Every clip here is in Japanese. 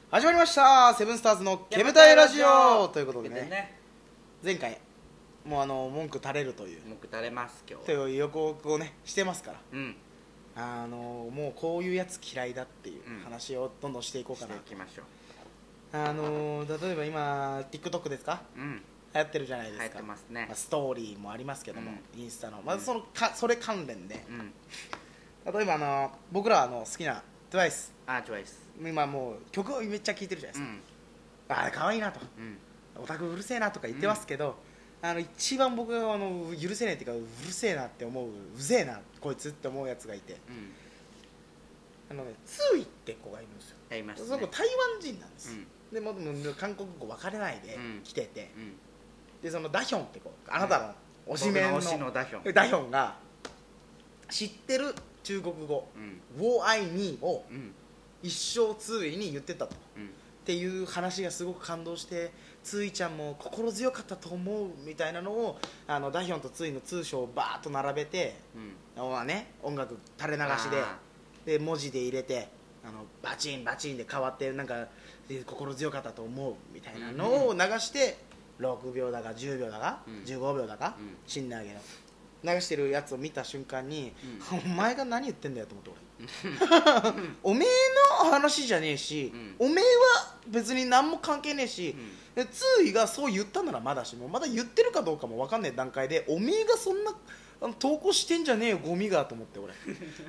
始まりましたセブンスターズの煙たいラジオということでね、前回もう文句垂れるという文句垂れます今日という予告をねしてますから、 うんもうこういうやつ嫌いだっていう話をどんどんしていこうかな、 していきましょ例えば今 TikTok ですか、 う。うん流行ってるじゃないですか。 流行ってますねストーリーもありますけども、インスタのまずそれ関連で、例えば僕ら好きな TWICE、 チョイス今もう曲をめっちゃ聴いてるじゃないですか、あれ可愛いなと、オタクうるせえなとか言ってますけど、一番僕が許せないっていうかうるせえなって思う、うぜえなこいつって思うやつがいて、ツーイって子がいるんですよ。 やりましたね。 その子台湾人なんです、でも韓国語分かれないで来てて、でそのダヒョンって子、あなたの推しメンの僕の推しのダヒョンダヒョンが知ってる中国語、我愛你を一生ツーイに言ってたと、っていう話がすごく感動して、ツーイちゃんも心強かったと思うみたいなのをダヒョンとツーイの通称をバーッと並べて、音楽垂れ流しで文字で入れてバチンバチンで変わってなんか心強かったと思うみたいなのを流して6秒だか10秒だか15秒だか死んであげる流してるやつを見た瞬間に、お前が何言ってんだよと思って俺おめえの話じゃねえし、おめえは別に何も関係ねえし、ツーイがそう言ったならまだしもまだ言ってるかどうかも分かんない段階でおめえがそんな投稿してんじゃねえよゴミがと思って俺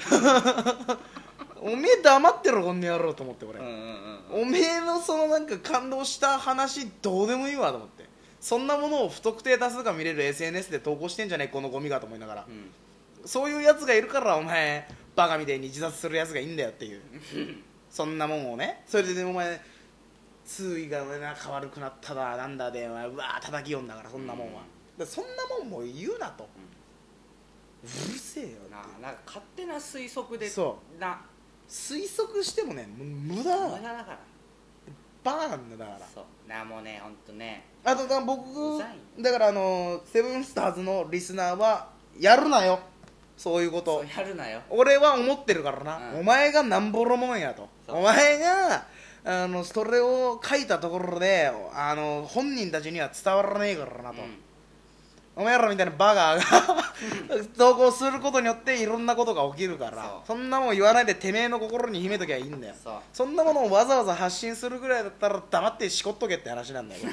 おめえ黙ってろこんな野郎と思って俺、おめえのそのなんか感動した話どうでもいいわと思って、そんなものを不特定多数が見れる SNS で投稿してんじゃねえこのゴミがと思いながら、そういうやつがいるからお前バカみたいに自殺するやつがいいんだよっていうそんなもんをね、それでねお前通意が仲悪くなっただなんだでうわー叩きよんだからそんなもんは、そんなもんも言うなと、うるせえよってなんか勝手な推測でそうな推測してもね無駄無駄だからバカなんだから。 そうもうねほんとね、 あと僕うざいだからセブンスターズのリスナーはやるなよそういうことそうやるなよ。 俺は思ってるからな、お前がなんぼろもんやと、お前がそれを書いたところで本人たちには伝わらねえからなと、お前らみたいなバカが投稿することによっていろんなことが起きるから、そんなもん言わないでてめえの心に秘めときゃいいんだよ。そんなものをわざわざ発信するぐらいだったら黙ってしこっとけって話なんだよ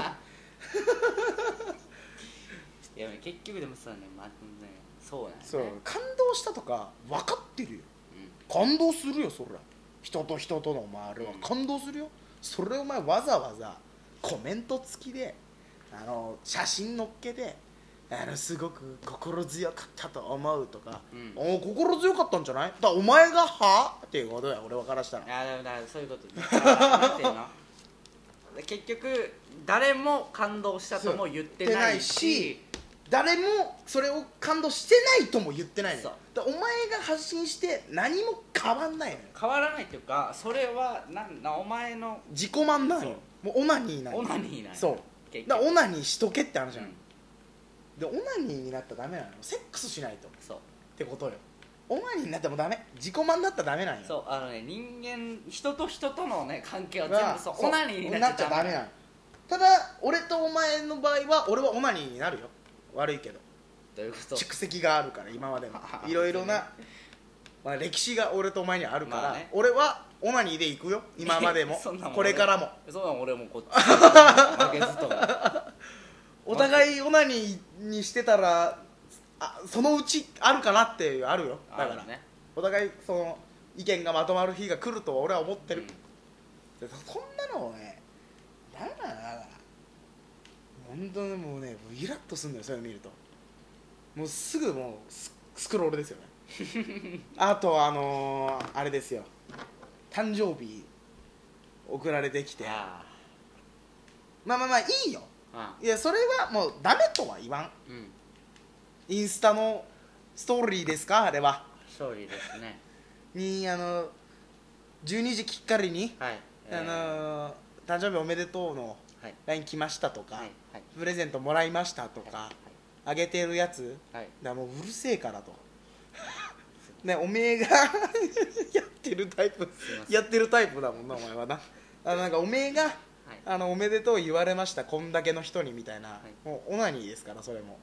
いや結局でもさね、そうなんそうね、 感動したとか分かってるよ、感動するよそりゃ人と人とのあれは感動するよ、それをお前わざわざコメント付きで写真載っけてすごく心強かったと思うとか、心強かったんじゃないだお前がはっていうことだよ俺からしたら。 いやだからそういうことなんていうの結局誰も感動したとも言ってないし誰もそれを感動してないとも言ってないのよ。だお前が発信して何も変わんないのよ。 変わらないっていうか、それはお前の自己満なんよ。もうオナニーなんよ。 オナニーなんよ。 そうだからオナニーしとけって話なの、でオナニーになったらダメなの、セックスしないとってことよ。オナニーになってもダメ、自己満だったらダメなんよ。 そう人間人と人とのね関係は全部そうオナニーになっちゃダメなの。 ただ俺とお前の場合は俺はオナニーになるよ、悪いけど。 どういうこと？ 蓄積があるから今までのいろいろな、歴史が俺とお前にはあるから、俺はオナニーで行くよ今までもこれからも。 そんなん俺もこっち負けずともお互いオナニーにしてたらそのうちあるかなっていうあるよ。だからお互いその意見がまとまる日が来ると俺は思ってる、そんなのをねダメだな。だから本当にもうねイラッとするんだよそういうの見ると。もうすぐもうスクロールですよねあとあれですよ、誕生日送られてきてまあいいよ、いやそれはもうダメとは言わん、インスタのストーリーですかあれは。 ストーリーですねに12時きっかりに、誕生日おめでとうの LINE 来ましたとか、プレゼントもらいましたとか、あげてるやつ、だもううるせえからとね、おめえがやってるタイプだもんなお前はな。 なんかおめえが、 はい、 おめでとう言われましたこんだけの人にみたいな、 はい、 もうオナニーですからそれも、 はい、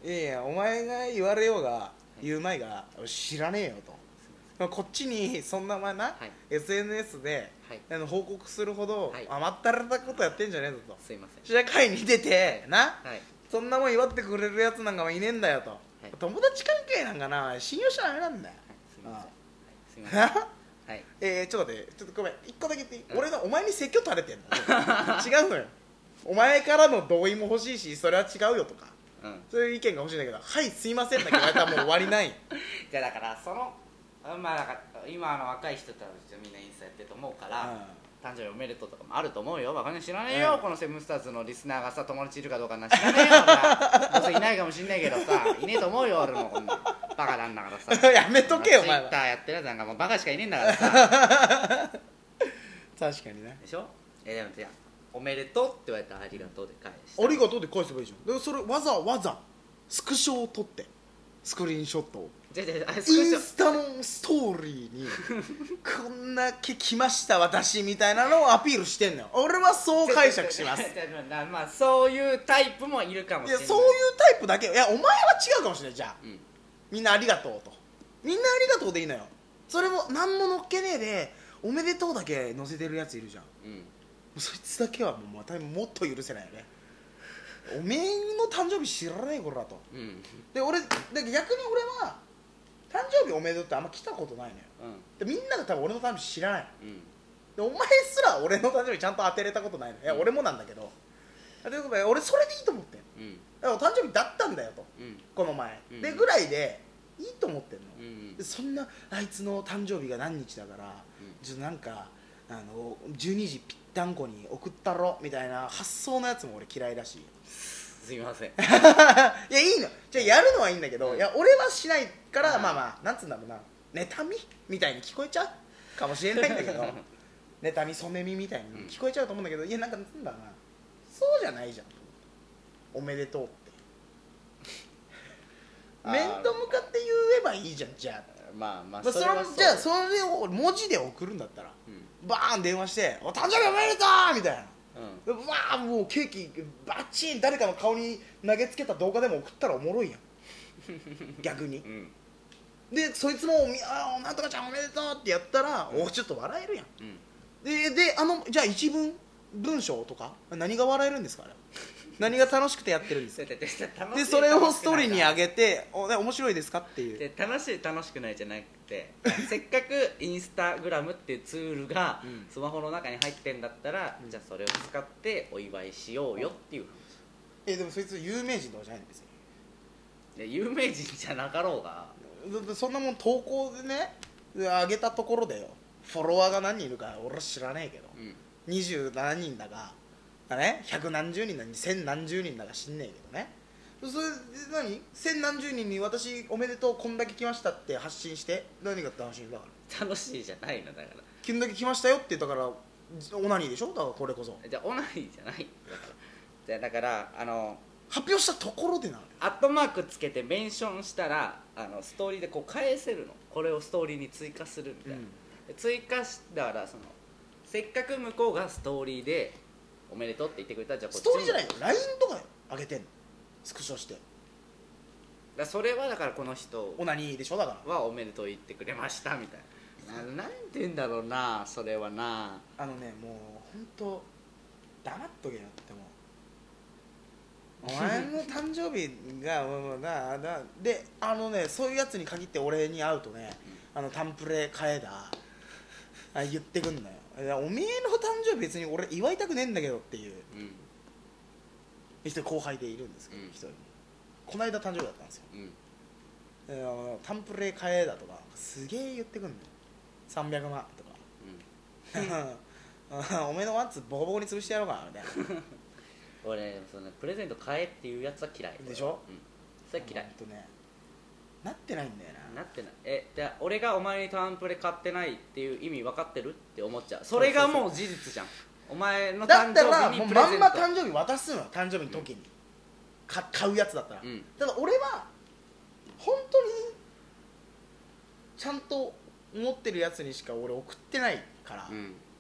いやいやお前が言われようがい言うまいが知らねえよと、こっちにそんなな、 はい、 SNS で、 はい、 報告するほど、 はい、 甘ったれたことやってんじゃねえぞと、 すいません、 社会に出てな、 はい、 そんなもん祝ってくれるやつなんかいねえんだよと、友達関係なんかな信用しちゃダメなんだよ、 すいません、はい、すいませんはい、 ちょっと待って、ちょっとごめん、一個だけ言っていい、俺のお前に説教垂れてんの違うのよ、お前からの同意も欲しいしそれは違うよとか、そういう意見が欲しいんだけど、はいすいませんだけ言われたらもう終わりないじゃあだからまあだから今の若い人たちはみんなインスタやってると思うから、誕生日おめでとうとかもあると思うよ。バカに知らねえよ、このセブンスターズのリスナーがさ友達いるかどうかなん知らねえよどうせいないかもしんないけどさ、いねえと思うよ俺もこんなバカなんだからさやめとけよお前は。 Twitter やってるやつなんかもうバカしかいねえんだからさ確かにね。 でしょ。でもじゃあおめでとうって言われたらありがとうで返して、 ありがとうで返せばいいじゃん。でそれわざわざスクショを撮ってスクリーンショットをじゃあインスタのストーリーにこんだけ来ました私みたいなのをアピールしてんのよ。俺はそう解釈します。 まあそういうタイプもいるかもしれない。 いやそういうタイプだけ、いやお前は違うかもしれない。じゃあ、みんなありがとうと、みんなありがとうでいいのよ。それも何も乗っけねえでおめでとうだけ載せてるやついるじゃん、そいつだけはもうまたもっと許せないよね。おめえの誕生日知らねえこらと、で俺で逆に俺は誕生日おめでとうってあんま来たことないのよ、でみんなが多分俺の誕生日知らない、でお前すら俺の誕生日ちゃんと当てれたことないの。いや、俺もなんだけど、ということで俺それでいいと思ってん、だから誕生日だったんだよと、この前、でぐらいでいいと思ってんの、でそんなあいつの誕生日が何日だから、ちょっとなんか12時ぴったんこに送ったろみたいな発想のやつも俺嫌いだしすいませんいやいいの、じゃあやるのはいいんだけど、いや俺はしないから、まあまあなんつうんだろうな、妬みみたいに聞こえちゃうかもしれないんだけど妬み染めみみたいに聞こえちゃうと思うんだけど、いやなんかなんだろうな、そうじゃないじゃん、おめでとうって面と向かって言えばいいじゃん。じゃあまあそれじゃあそれを文字で送るんだったら、バーン電話して「お誕生日おめでとう!」みたいな、わあもうケーキバッチン誰かの顔に投げつけた動画でも送ったらおもろいやん逆に、でそいつも「なんとかちゃんおめでとう!」ってやったら、おちょっと笑えるやん、でじゃあ一文章とか何が笑えるんですか、あれ何が楽しくてやってるんですかでそれをストーリーに上げて面白いですかっていう。 で楽しい楽しくないじゃなくてせっかくインスタグラムっていうツールがスマホの中に入ってんだったら、じゃあそれを使ってお祝いしようよっていう話。でもそいつ有名人とかじゃないんですよ。 有名人じゃなかろうがそんなもん投稿でね上げたところでよ、フォロワーが何人いるか俺は知らねえけど、27人だが百何十人だ千何十人だか知んねえけどね、それで千何十人に私おめでとうこんだけ来ましたって発信して何が楽しいんだから、 楽しいじゃないのだから、 こんだけ来ましたよって言ったからオナニーでしょ、だからこれこそじゃあオナニーじゃないだから発表したところでなのよ。 アットマークつけてメンションしたらストーリーでこう返せるの、これをストーリーに追加するみたいな、追加したらせっかく向こうがストーリーでおめでとうって言ってくれたら、じゃあこっちストーリーじゃないよ LINE とか上げてんの、スクショして。 それはだからこの人オナニーでしょ、だからはおめでとう言ってくれましたみたいな、なんて言うんだろうな、それはな、 もう本当黙っとけよってもうお前の誕生日がでそういうやつに限って俺に会うとね、タンプレ買えだ言ってくんのよ。おめえの誕生日別に俺祝いたくねえんだけどっていう人後輩でいるんですけど、一人この間誕生日だったんですよ、タンプレ買えだとかすげえ言ってくんのよ、300万とか、おめえのワンツボコボコに潰してやろうかなみたいな俺プレゼント買えっていうやつは嫌いでしょ、 それ嫌いなってないんだよな。 なってない。じゃあ俺がお前にタンプレ買ってないっていう意味分かってるって思っちゃう。それがもう事実じゃん。お前の誕生日にプレゼントだったらもうまんま誕生日渡すのよ、誕生日の時に、買うやつだったら、ただ俺は本当にちゃんと思ってるやつにしか俺送ってないから、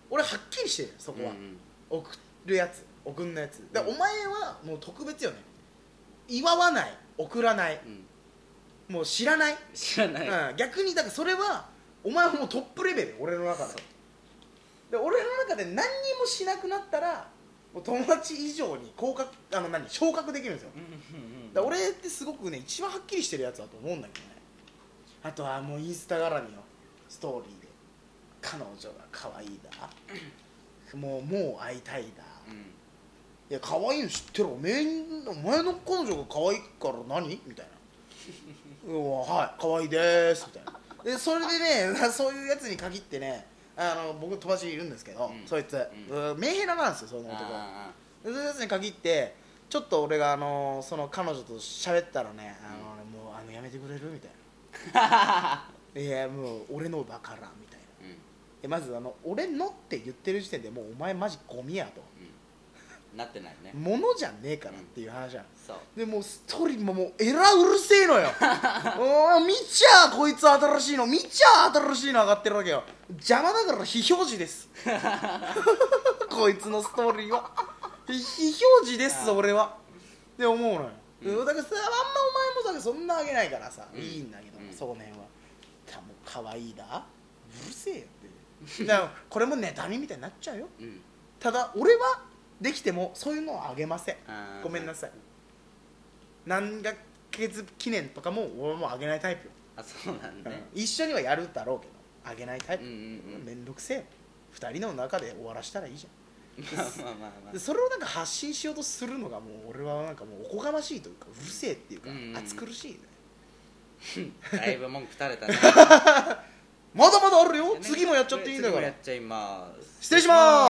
俺はっきりしてるよそこは、送るやつ送んのやつで、お前はもう特別よね。祝わない、送らない、もう知らない、逆にだからそれはお前はもうトップレベル、俺の中で俺の中で何にもしなくなったらもう友達以上に昇格できるんですよ。だから俺ってすごくね一番はっきりしてるやつだと思うんだけどね。あとはもうインスタ絡みのストーリーで彼女が可愛いだもう会いたいだ、いや可愛いの知ってる、お前の彼女が可愛いから何みたいなはい可愛いですみたいなで、それでねそういうやつに限ってね僕友達いるんですけど、そいつ、メンヘラなんですよ、その男。そういうやつに限ってちょっと俺がその彼女と喋ったらね、もうやめてくれるみたいないやもう俺のだからみたいな、まず俺のって言ってる時点でもうお前マジゴミやと、 なってないね、 物じゃねえからっていう話じゃん、 そうでもうストーリーももうえらうるせえのよ見ちゃこいつ新しいの見ちゃ新しいの上がってるわけよ、邪魔だから非表示ですこいつのストーリーは非表示です俺はって思うのよ、だからさあんまお前もさそんなあげないからさ、いいんだけど、そうめんはもう可愛いだうるせえよってだからこれも妬みみたいになっちゃうよ、ただ俺はできてもそういうのをあげません、ごめんなさい、何ヶ月記念とかも俺もあげないタイプよ。 あ、そうなんだね、 一緒にはやるだろうけどあげないタイプ、めんどくせえよ、2人の中で終わらしたらいいじゃんでそれをなんか発信しようとするのがもう俺はなんかもうおこがましいというかうるせえっていうか、暑苦しいねだいぶ文句垂れたねまだまだあるよ、次もやっちゃっていいんだから、 次もやっちゃいます。 失礼します。